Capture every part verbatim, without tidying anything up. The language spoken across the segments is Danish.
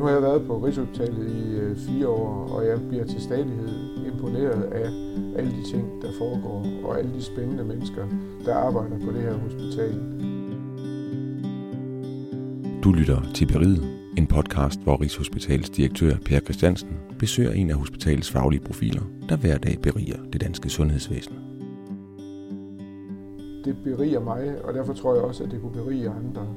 har jeg været på Rigshospitalet i øh, fire år, og jeg bliver til stadighed imponeret af alle de ting, der foregår, og alle de spændende mennesker, der arbejder på det her hospital. Du lytter til Beriget, en podcast, hvor Rigshospitalets direktør Per Christiansen besøger en af hospitalets faglige profiler, der hver dag beriger det danske sundhedsvæsen. Det beriger mig, og derfor tror jeg også, at det kunne berige andre.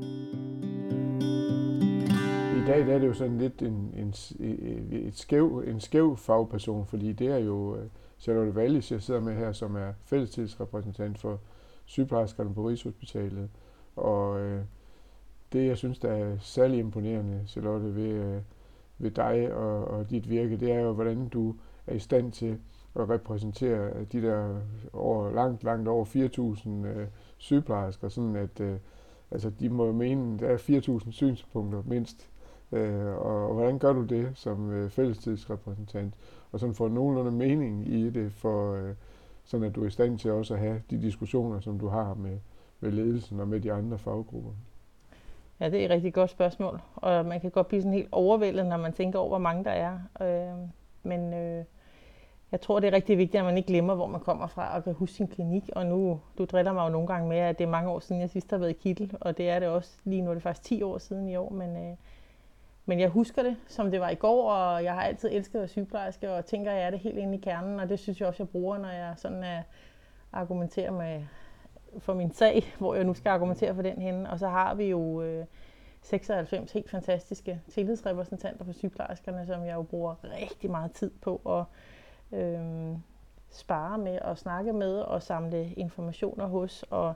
I dag der er det jo sådan lidt en, en, et skæv, en skæv fagperson, fordi det er jo Charlotte Wallis, jeg sidder med her, som er fællestidsrepræsentant for sygeplejerskerne på Rigshospitalet. Og øh, det, jeg synes, der er særlig imponerende, Charlotte, ved, øh, ved dig og, og dit virke, det er jo, hvordan du er i stand til at repræsentere de der over, langt, langt over fire tusind øh, sygeplejersker, sådan at øh, altså, de må mene, der er fire tusind synspunkter mindst. Øh, og, og hvordan gør du det som øh, fællestidsrepræsentant, og sådan får nogenlunde mening i det, for, øh, sådan at du er i stand til også at have de diskussioner, som du har med, med ledelsen og med de andre faggrupper? Ja, det er et rigtig godt spørgsmål, og man kan godt blive sådan helt overvældet, når man tænker over, hvor mange der er. Øh, men øh, jeg tror, det er rigtig vigtigt, at man ikke glemmer, hvor man kommer fra og kan huske sin klinik. Og nu, du driller mig jo nogle gange med, at det er mange år siden, jeg sidst har været i Kittel, og det er det også. Lige nu er det faktisk ti år siden i år, men, øh, men jeg husker det, som det var i går, og jeg har altid elsket at være sygeplejerske, og tænker, at jeg er det helt inde i kernen, og det synes jeg også, jeg bruger, når jeg sådan uh, argumenterer med, for min sag, hvor jeg nu skal argumentere for den henne. Og så har vi jo øh, seksoghalvfems helt fantastiske tillidsrepræsentanter for sygeplejerskerne, som jeg jo bruger rigtig meget tid på at øh, spare med og snakke med og samle informationer hos og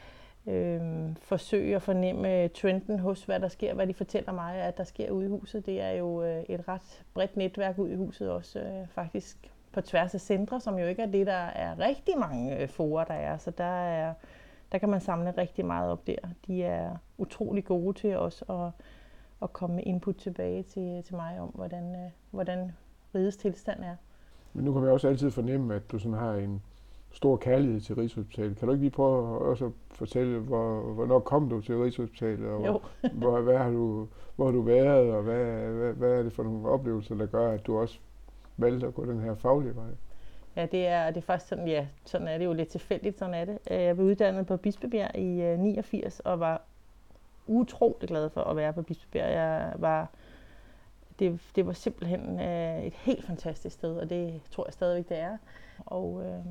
øh, forsøge at fornemme trenden hos, hvad der sker, hvad de fortæller mig, at der sker ude i huset. Det er jo øh, et ret bredt netværk ude i huset også, øh, faktisk på tværs af centre, som jo ikke er det, der er rigtig mange øh, forer, der er. Så der, er, der kan man samle rigtig meget op der. De er utrolig gode til også at, at komme med input tilbage til, til mig om, hvordan, øh, hvordan rigets tilstand er. Men nu kan man også altid fornemme, at du sådan har en stor kærlighed til Rigshospitalet. Kan du ikke lige prøve at også fortælle, hvor, hvornår kom du til Rigshospitalet? Og hvor, hvor, hvad har du, hvor har du været, og hvad, hvad, hvad er det for nogle oplevelser, der gør, at du også valgte at gå den her faglige vej? Ja, det er, det er faktisk sådan, ja, sådan er det jo lidt tilfældigt, sådan er det. Jeg blev uddannet på Bispebjerg i niogfirs og var utrolig glad for at være på Bispebjerg. Jeg var, det, det var simpelthen et helt fantastisk sted, og det tror jeg stadigvæk, det er. Og øh,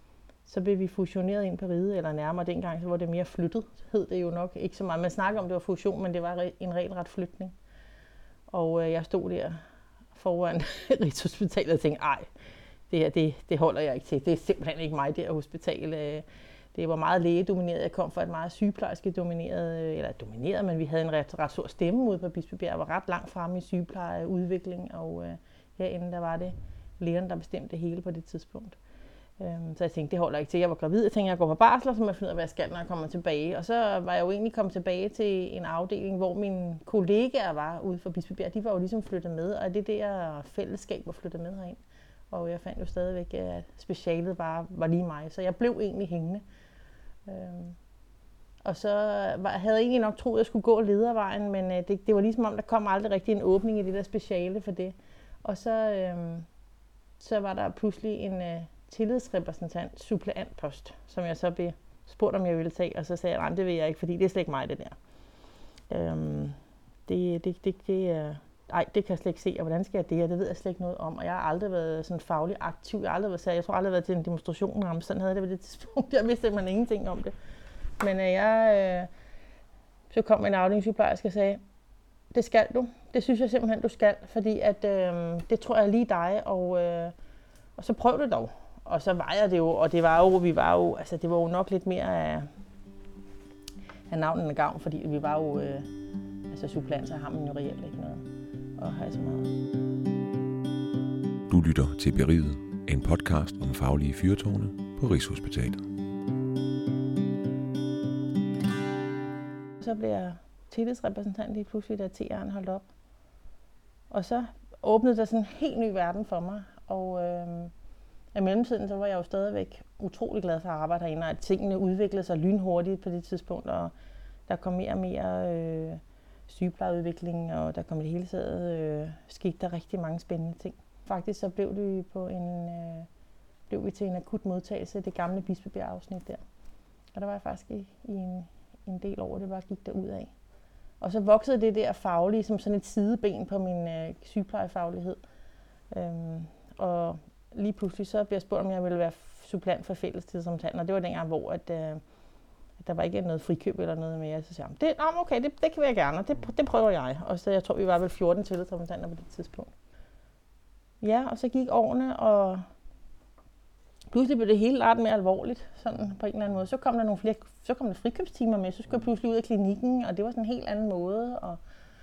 så blev vi fusioneret ind på Riget, eller nærmere dengang, så var det mere flyttet, hed det jo nok. Ikke så meget, man snakker om, det var fusion, men det var en regelret flytning. Og øh, jeg stod der foran Rigshospitalet og tænkte, ej, det her, det, det holder jeg ikke til. Det er simpelthen ikke mig, det her hospital. Det var meget lægedomineret. Jeg kom fra et meget sygeplejerskedomineret, eller domineret, men vi havde en ret, ret stor stemme ude på Bispebjerg. Jeg var ret langt fremme i sygeplejeudvikling, og øh, herinde der var det lægerne, der bestemte det hele på det tidspunkt. Øhm, så jeg tænkte, det holder ikke til. Jeg var gravid, jeg tænkte, jeg går på barsel, og så må jeg finde ud af, hvad jeg skal, når jeg kommer tilbage. Og så var jeg jo egentlig kommet tilbage til en afdeling, hvor mine kollegaer var ude for Bispebjerg. De var jo ligesom flyttet med, og det der fællesskab var flyttet med herind. Og jeg fandt jo stadigvæk, at specialet var, var lige mig, så jeg blev egentlig hængende. Øhm, og så var, havde jeg egentlig nok troet, at jeg skulle gå ledervejen, men øh, det, det var ligesom om, der kom aldrig rigtig en åbning i det der speciale for det. Og så, øh, så var der pludselig en øh, tillidsrepræsentant, suppleantpost, som jeg så blev spurgt, om jeg ville tage, og så sagde jeg, nej, det vil jeg ikke, fordi det er slet ikke mig, det der. Øhm, det, det, det, det er... Nej, det kan jeg slet ikke se, og hvordan skal jeg det, og det ved jeg slet ikke noget om, og jeg har aldrig været sådan fagligt aktiv, jeg har aldrig været, jeg tror aldrig været til en demonstration, og sådan havde det ved det tidspunkt, jeg vidste simpelthen ingenting om det. Men øh, jeg, øh, så kom en afdelingssygeplejerske og sagde, det skal du, det synes jeg simpelthen, du skal, fordi at, øh, det tror jeg er lige dig, og, øh, og så prøv det dog. Og så var jeg det jo, og det var jo, vi var jo, altså det var jo nok lidt mere af, af navnet end gavn, fordi vi var jo, øh, altså suppleanter har man jo reelt ikke noget. Og har så meget. Du lytter til Beriget, en podcast om faglige fyrtårne på Rigshospitalet. Så blev jeg tillidsrepræsentant lige pludselig, da T R'en holdt op. Og så åbnede der sådan en helt ny verden for mig. Og øh, i mellemtiden så var jeg jo stadigvæk utrolig glad for at arbejde herinde, og at tingene udviklede sig lynhurtigt på det tidspunkt, og der kom mere og mere... Øh, sygeplejeudvikling, og der kom i det hele taget, øh, skete der rigtig mange spændende ting. Faktisk så blev vi på en, øh, blev vi til en akut modtagelse, det gamle Bispebjerg-afsnit der. Og der var jeg faktisk i, i en, en del år, det bare gik derud af. Og så voksede det der faglige som sådan et sideben på min øh, sygeplejefaglighed. Øhm, og lige pludselig så blev jeg spurgt, om jeg ville være suppleant for fællestidssamtalen, og det var dengang, hvor at, øh, at der var ikke noget frikøb eller noget mere. Så sagde jeg, det, okay, det, det kan jeg gerne, og det, det prøver jeg. Og så jeg tror, vi var vel fjorten tillidsrepræsentanter på det tidspunkt. Ja, og så gik årene, og pludselig blev det hele ret mere alvorligt, sådan på en eller anden måde. Så kom der nogle flere, så kom der frikøbstimer med, så skulle jeg pludselig ud af klinikken, og det var sådan en helt anden måde. Og,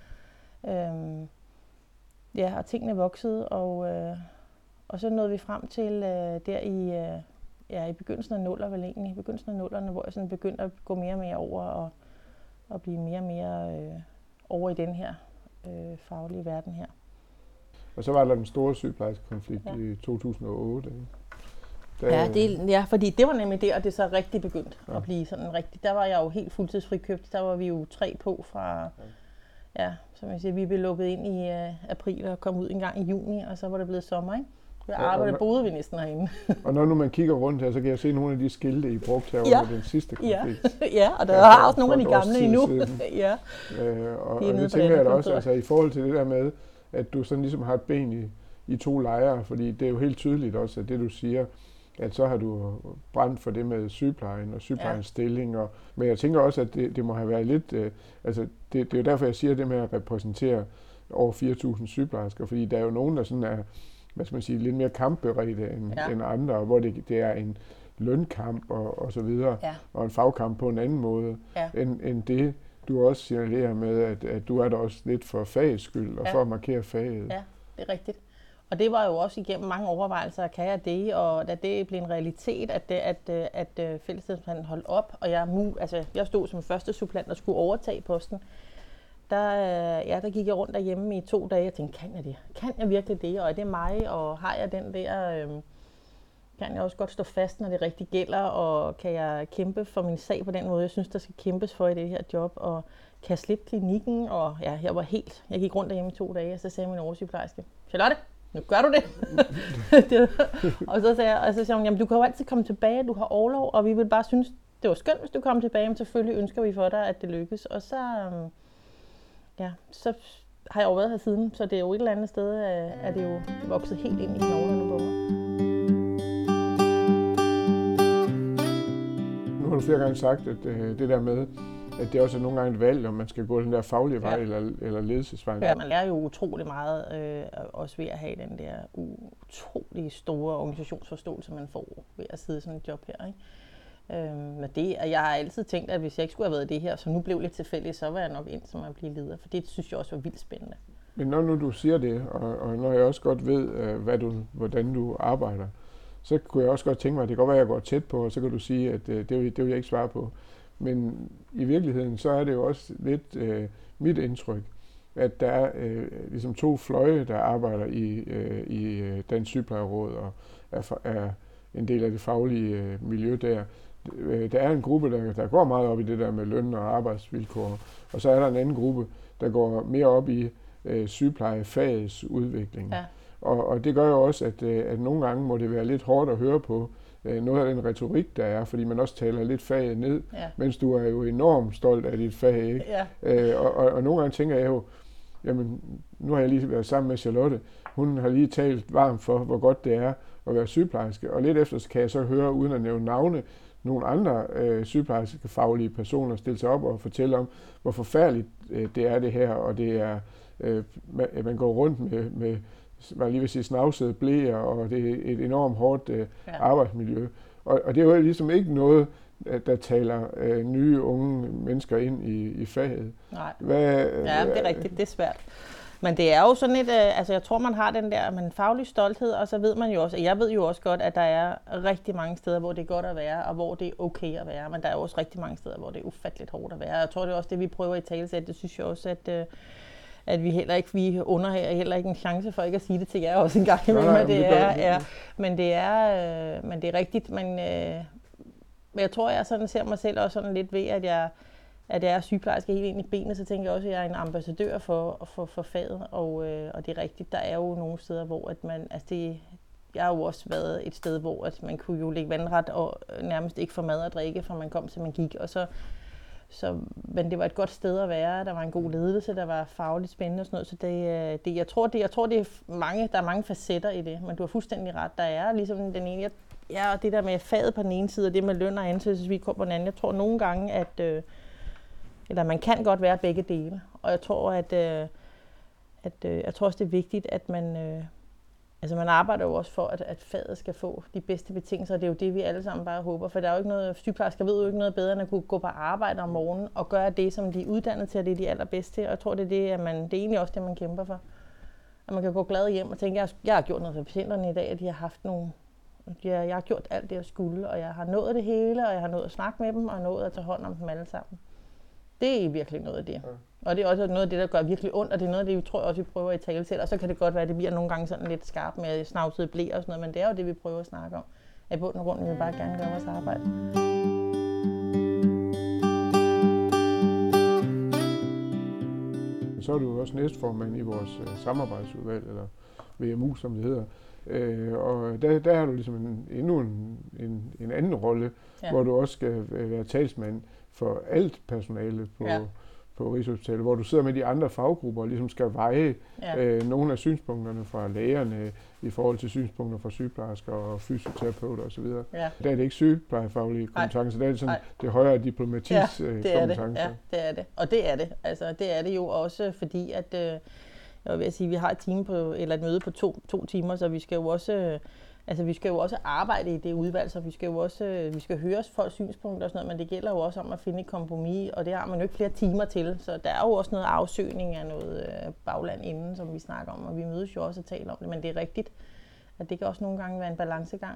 øhm, ja, og tingene voksede, og, øh, og så nåede vi frem til øh, der i, øh, ja, i begyndelsen af nuller, vel egentlig, i begyndelsen af nullerne, hvor jeg sådan begyndte at gå mere og mere over, og, og blive mere og mere øh, over i den her øh, faglige verden her. Og så var der den store sygeplejerskekonflikt ja. i to tusind og otte. Der, ja, det, ja, fordi det var nemlig det, og det så rigtig begyndt ja. at blive sådan rigtig. Der var jeg jo helt fuldtidsfrikøbt. Der var vi jo tre på fra, ja, ja som jeg siger, vi blev lukket ind i uh, april og kom ud en gang i juni, og så var det blevet sommer, ikke? Jeg arbejdede, boede vi næsten herinde. Og når nu man kigger rundt her, så kan jeg se nogle af de skilte, I brugte her ja. under den sidste konflikt. Ja, ja og der har også nogle af de gamle endnu. ja. øh, og, og det tænker jeg da også, altså i forhold til det der med, at du sådan ligesom har et ben i, i to lejre, fordi det er jo helt tydeligt også, at det du siger, at så har du brændt for det med sygeplejen og sygeplejens ja. stilling. Og, men jeg tænker også, at det, det må have været lidt, øh, altså det, det er jo derfor, jeg siger det med at repræsentere over fire tusind sygeplejersker, fordi der er jo nogen, der sådan er, hvad skal man sige, lidt mere kampberedte end, ja. end andre, hvor det, det er en lønkamp og, og så videre, ja. og en fagkamp på en anden måde, ja. end, end det, du også signalerer med, at, at du er der også lidt for fagets skyld, og ja. for at markere faget. Ja, det er rigtigt. Og det var jo også igennem mange overvejelser, kan jeg det, og da det blev en realitet, at, det, at, at, at fællestidssamtalen holdt op, og jeg, altså, jeg stod som første suppleant og skulle overtage posten, der, ja, der gik jeg rundt derhjemme i to dage og tænkte, kan jeg det? Kan jeg virkelig det? Og er det mig? Og har jeg den der... Øhm, kan jeg også godt stå fast, når det rigtig gælder? Og kan jeg kæmpe for min sag på den måde, jeg synes, der skal kæmpes for i det her job? Og kan jeg slippe klinikken? Og ja, jeg var helt... Jeg gik rundt derhjemme i to dage, og så sagde min oversygeplejerske, Charlotte, nu gør du det. og så sagde jeg, og så sagde hun, jamen du kan jo altid komme tilbage, du har orlov, og vi vil bare synes, det var skønt, hvis du kom tilbage, men selvfølgelig ønsker vi for dig, at det lykkes. Og så... Øhm, Ja, så har jeg jo været her siden, så det er jo et eller andet sted, at det jo vokset helt ind i knoglerne på mig. Nu har du flere gange sagt, at øh, det der med, at det også er nogle gange et valg, om man skal gå den der faglige vej ja. eller, eller ledelsesvejen. Ja, man lærer jo utrolig meget, øh, også ved at have den der utrolig store organisationsforståelse, man får ved at sidde i sådan et job her, ikke? Øhm, det, og jeg har altid tænkt, at hvis jeg ikke skulle have været det her, så nu blev lidt tilfældigt, så var jeg nok ind som at blive leder, for det synes jeg også var vildt spændende. Men når nu du siger det, og, og når jeg også godt ved, øh, hvad du, hvordan du arbejder, så kunne jeg også godt tænke mig, at det kan godt være, at jeg går tæt på, og så kan du sige, at øh, det, vil, det vil jeg ikke svare på. Men i virkeligheden, så er det jo også lidt øh, mit indtryk, at der er øh, ligesom to fløje, der arbejder i, øh, i øh, Dansk Sygeplejeråd og er, er en del af det faglige øh, miljø der. Der er en gruppe, der, der går meget op i det der med løn og arbejdsvilkår, og så er der en anden gruppe, der går mere op i øh, sygeplejefagets udvikling. Ja. Og, og det gør jo også, at, at nogle gange må det være lidt hårdt at høre på øh, noget af den retorik, der er, fordi man også taler lidt faget ned, ja. mens du er jo enormt stolt af dit fag, ikke? Ja. Øh, og, og, og nogle gange tænker jeg jo, jamen, nu har jeg lige været sammen med Charlotte, hun har lige talt varmt for, hvor godt det er at være sygeplejerske, og lidt efter så kan jeg så høre, uden at nævne navne, nogle andre øh, sygeplejerske faglige personer stille sig op og fortælle om, hvor forfærdeligt øh, det er det her, og det er, øh, man, man går rundt med, med hvad lige vil sige, snavsede blæer, og det er et enormt hårdt øh, ja. arbejdsmiljø. Og, og det er jo ligesom ikke noget, der taler øh, nye, unge mennesker ind i, i faget. Nej, Hvad, øh, ja, det er rigtigt, det er svært. Men det er jo sådan et, øh, altså jeg tror, man har den der man faglig stolthed, og så ved man jo også, jeg ved jo også godt, at der er rigtig mange steder, hvor det er godt at være, og hvor det er okay at være, men der er også rigtig mange steder, hvor det er ufatteligt hårdt at være. Jeg tror, det er også det, vi prøver i talesæt. Det synes jeg også, at, øh, at vi heller ikke, vi under her, heller ikke en chance for ikke at sige det til jer også en gang imellem, at det er, er, men det er, øh, men det er rigtigt, men, øh, men jeg tror, jeg sådan ser mig selv også sådan lidt ved, at jeg at jeg er sygeplejerske helt ind i benet, så tænker jeg også, at jeg er en ambassadør for, for, for faget, og, øh, og det er rigtigt, der er jo nogle steder, hvor at man, altså det, jeg har jo også været et sted, hvor at man kunne jo ligge vandret og nærmest ikke få mad og drikke, fra man kom til man gik, og så, så, men det var et godt sted at være, der var en god ledelse, der var fagligt spændende og sådan noget, så det, det, jeg tror, det, jeg tror, det er mange, der er mange facetter i det, men du har fuldstændig ret, der er ligesom den ene, jeg, ja, og det der med faget på den ene side, og det med løn og ansættelsesvilkår på den anden, jeg tror nogle gange, at øh, eller man kan godt være begge dele, og jeg tror, at, øh, at øh, jeg tror også, det er vigtigt, at man, øh, altså man arbejder jo også for, at, at faget skal få de bedste betingelser, og det er jo det, vi alle sammen bare håber, for der er jo ikke noget, sygeplejersker ved jo ikke noget bedre, end at kunne gå på arbejde om morgenen, og gøre det, som de er uddannet til, og det er de allerbedste, og jeg tror, det er, det, at man, det er egentlig også det, man kæmper for. At man kan gå glad hjem og tænke, jeg, jeg har gjort noget for patienterne i dag, at de har haft nogle, jeg, jeg har gjort alt det, jeg skulle, og jeg har nået det hele, og jeg har nået at snakke med dem, og nået at tage hånd om dem alle sammen. Det er virkelig noget af det. Ja. Og det er også noget af det, der gør virkelig ondt, og det er noget af det, vi tror også, vi prøver at tale til. Og så kan det godt være, at det bliver nogle gange sådan lidt skarpt med snavsede blæ og sådan noget, men det er jo det, vi prøver at snakke om. At i bund og grund vil vi bare gerne gøre vores arbejde. Så er du jo også næstformand i vores uh, samarbejdsudvalg, eller V M U, som det hedder. Uh, og der, der har du ligesom en, endnu en, en, en anden rolle, ja. Hvor du også skal være talsmand for alt personale på, ja. på Rigshospitalet, hvor du sidder med de andre faggrupper og ligesom skal veje ja. øh, nogle af synspunkterne fra lægerne i forhold til synspunkter fra sygeplejersker og fysioterapeuter osv. Ja. Der er det ikke sygeplejefaglige kompetencer, der er det sådan Nej. det højere diplomatis ja, det kompetencer. Det. Ja, det er det. Og det er det. Altså, det er det jo også, fordi at, øh, jeg vil ved at sige, vi har et, time på, eller et møde på to, to timer, så vi skal jo også... Øh, Altså, vi skal jo også arbejde i det udvalg, så vi skal jo også vi skal høre folks synspunkter og sådan noget, men det gælder jo også om at finde et kompromis, og det har man jo ikke flere timer til, så der er jo også noget afsøgning af noget bagland inden, som vi snakker om, og vi mødes jo også og taler om det, men det er rigtigt, at det kan også nogle gange være en balancegang.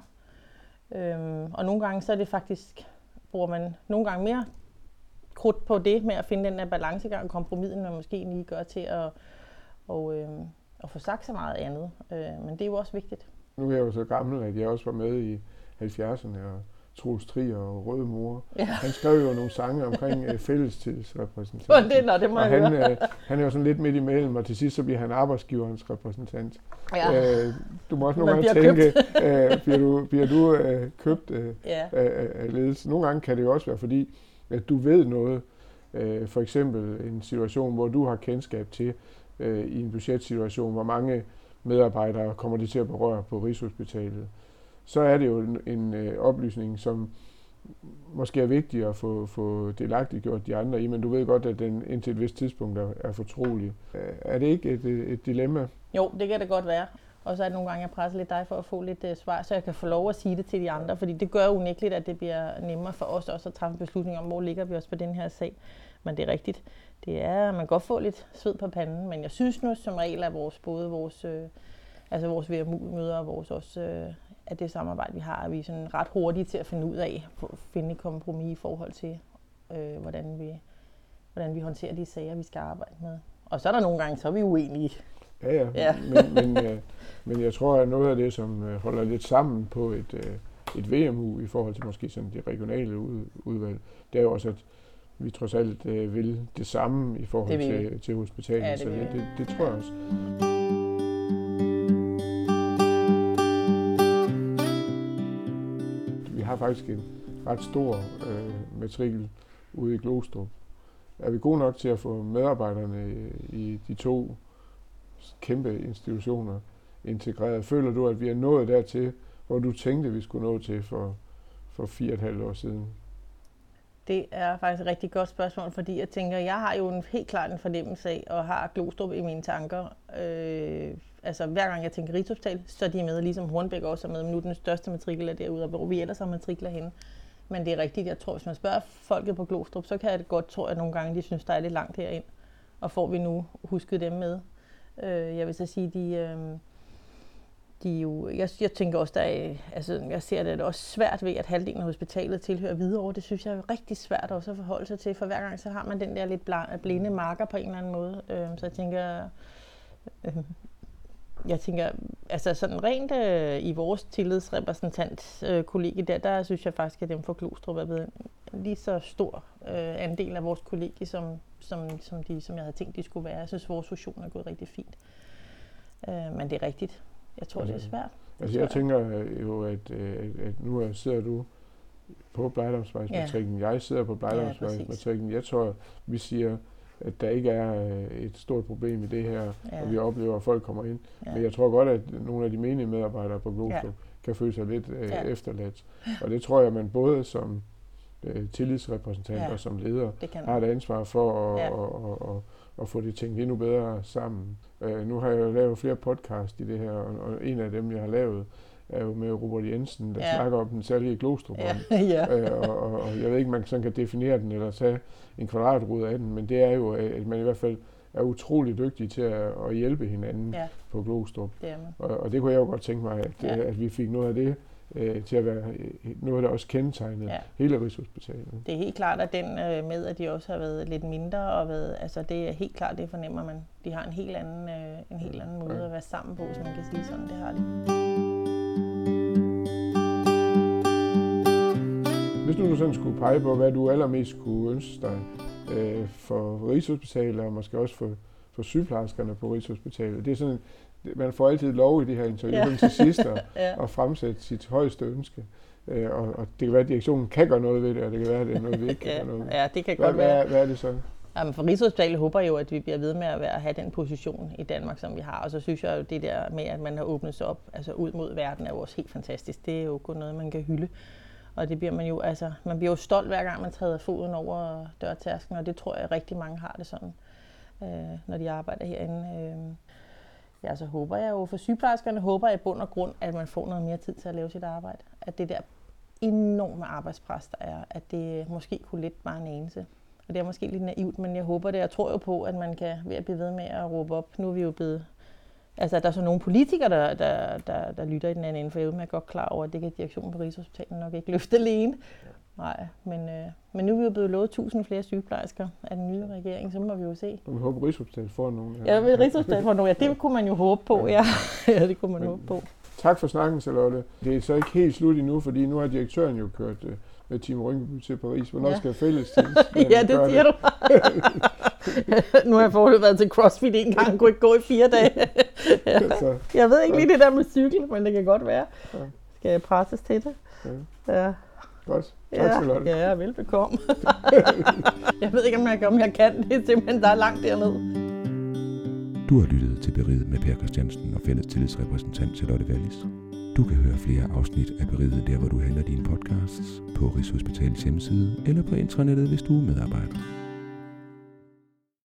Øhm, og nogle gange så er det faktisk, bruger man nogle gange mere krudt på det med at finde den der balancegang og kompromis, end man måske lige gør til at, og, øhm, at få sagt så meget andet, øh, men det er jo også vigtigt. Nu er jeg jo så gammel, at jeg også var med i halvfjerdserne, og Troels Trier og Røde Mor. Ja. Han skrev jo nogle sange omkring uh, fællestidsrepræsentanten. Det, nå, det må og jeg han, uh, han er jo sådan lidt midt imellem, og til sidst så bliver han arbejdsgiverens repræsentant. Ja. Uh, du må også nogle gange tænke, uh, bliver du, bliver du uh, købt uh, ja. af, af ledelse? Nogle gange kan det jo også være, fordi at du ved noget, uh, for eksempel en situation, hvor du har kendskab til, uh, i en budgetsituation, hvor mange medarbejdere kommer de til at berøre på Rigshospitalet, så er det jo en, en øh, oplysning, som måske er vigtig at få, få delagtiggjort de andre i, men du ved godt, at den indtil et vist tidspunkt er, er fortrolig. Er det ikke et, et dilemma? Jo, det kan det godt være. Og så er det nogle gange, jeg presser lidt dig for at få lidt uh, svar, så jeg kan få lov at sige det til de andre, fordi det gør unægteligt, at det bliver nemmere for os også at træffe en beslutning om, hvor ligger vi også på den her sag. Men det er rigtigt. Det er, man kan godt få lidt sved på panden, men jeg synes nu som regel, at vores, både vores, øh, altså vores V M U-møder og vores også, øh, at det samarbejde, vi har, er vi sådan ret hurtige til at finde ud af, at finde et kompromis i forhold til, øh, hvordan, vi, hvordan vi håndterer de sager, vi skal arbejde med. Og så er der nogle gange, så er vi uenige. Ja, ja. ja. men, men, øh, men jeg tror, at noget af det, som øh, holder lidt sammen på et, øh, et V M U i forhold til måske sådan de regionale ud, udvalg, det er jo også, at vi trods alt øh, vil det samme i forhold det til, til hospitalet, ja, det så det, det, det tror jeg også. Vi har faktisk en ret stor øh, matrikel ude i Glostrup. Er vi gode nok til at få medarbejderne i de to kæmpe institutioner integreret? Føler du, at vi er nået dertil, hvor du tænkte, vi skulle nå til for, for fire og et halvt år siden? Det er faktisk et rigtig godt spørgsmål, fordi jeg tænker, jeg har jo en, helt klart en fornemmelse af, og har Glostrup i mine tanker. Øh, altså hver gang jeg tænker Rigshospital, så er de med, ligesom Hornbæk også er med, men nu den største matrikel er derude, og hvor vi ellers har matrikler henne. Men det er rigtigt, jeg tror, hvis man spørger folket på Glostrup, så kan jeg det godt tro, at nogle gange de synes, der er lidt langt herind. Og får vi nu husket dem med. Øh, jeg vil så sige, de... Øh, De jo, jeg, jeg tænker også, der er, altså, jeg ser det er også svært ved, at halvdelen af hospitalet tilhører Hvidovre. Det synes jeg er rigtig svært også at forholde sig til, for hver gang så har man den der lidt blinde marker på en eller anden måde. Øh, så jeg tænker, øh, jeg tænker, altså sådan rent øh, i vores tillidsrepræsentant øh, kollega der, der synes jeg faktisk, at dem fra Glostrup er blevet lige så stor øh, andel af vores kollegie, som, som, som, de, som jeg havde tænkt, de skulle være. Jeg synes, vores fusion er gået rigtig fint. Øh, men det er rigtigt. Jeg tror, altså, det er svært. Altså jeg tænker jo, at, at, at nu sidder du på Blegdomsvejsmatrikken, ja. Jeg sidder på Blegdomsvejsmatrikken. Ja, jeg tror, vi siger, at der ikke er et stort problem i det her, ja. Og vi oplever, at folk kommer ind. Ja. Men jeg tror godt, at nogle af de menige medarbejdere på Glostrup ja. Kan føle sig lidt øh, ja. Efterladt. Og det tror jeg, man både som øh, tillidsrepræsentant ja. Og som leder har et ansvar for at, ja. og, og, og, og få det tænkt endnu bedre sammen. Øh, nu har jeg jo lavet flere podcast i det her, og, og en af dem, jeg har lavet, er jo med Robert Jensen, der ja. Snakker om den særlige Glostrup. Ja. ja. øh, og, og, og jeg ved ikke, man sådan kan definere den, eller tage en kvadratrude af den, men det er jo, at man i hvert fald er utrolig dygtig til at, at hjælpe hinanden ja. På Glostrup. Og, og det kunne jeg jo godt tænke mig, at, ja. At vi fik noget af det øh, til at være noget, der også kendetegnede ja. Hele Rigshospitalet. Det er helt klart, at den øh, med, at de også har været lidt mindre, og været, altså det er helt klart, det fornemmer man. De har en helt anden, øh, en helt anden måde ja. At være sammen på, så man kan sige sådan, det har de. Hvis nu du sådan skulle pege på, hvad du allermest kunne ønske dig øh, for Rigshospitalet, og måske også for, for sygeplejerskerne på Rigshospitalet, det er sådan, man får altid lov i de her interviewer ja. Til sidst at, ja. At fremsætte sit højeste ønske. Øh, og, og det kan være, at direktionen kan gøre noget ved det, og det kan være, at det er noget, vi ikke kan ja. gøre noget ved. Ja, det kan hvad, godt være. Hvad, hvad er det så? Jamen for Rigshospitalet håber jeg jo, at vi bliver ved med at, være, at have den position i Danmark, som vi har. Og så synes jeg jo, det der med, at man har åbnet sig op altså ud mod verden, er jo også helt fantastisk. Det er jo kun noget, man kan hylde. Og det bliver man jo, altså, man bliver jo stolt hver gang, man træder foden over dørtærsken, og det tror jeg, at rigtig mange har det sådan, øh, når de arbejder herinde. Øh. Ja, så håber jeg jo, for sygeplejerskerne håber jeg i bund og grund, at man får noget mere tid til at lave sit arbejde. At det der enorme arbejdspres, der er, at det måske kunne lidt bare en anelse. Og det er måske lidt naivt, men jeg håber det. Jeg tror jo på, at man kan ved at blive ved med at råbe op. Nu er vi jo blevet... Altså, der er så nogle politikere, der, der, der, der lytter i den anden ende, for jeg er godt klar over, at det kan direktionen på Rigshospitalet nok ikke løfte alene. Nej, men, øh, men nu er vi jo blevet lovet tusind flere sygeplejersker af den nye regering, så må vi jo se. Og vi håber, at Rigshospitalet får nogen. Ja, ja Rigshospitalet får nogen. Ja, det kunne man jo håbe på. Ja, ja det kunne man men, håbe på. Tak for snakken, Charlotte. Det er så ikke helt slut endnu, fordi nu har direktøren jo kørt øh, med Team Rynkeby til Paris. Hvornår ja. Skal fælles til? Ja, det siger det. Du. Nu har jeg forholdet været til CrossFit en gang, og kunne ikke gå i fire dage. Ja. Jeg ved ikke lige det der med cykel, men det kan godt være. Ja. Skal jeg presses til det? Ja. Ja. Godt. Tak, Charlotte. Ja, ja, velbekomme. Jeg ved ikke, om jeg, om jeg kan. Det er simpelthen, der er langt dernede. Du har lyttet til Beriget med Per Christiansen og fælles tillidsrepræsentant Charlotte Wallis. Du kan høre flere afsnit af Beriget der, hvor du henter dine podcasts, på Rigshospitalets hjemmeside eller på intranettet, hvis du er medarbejder.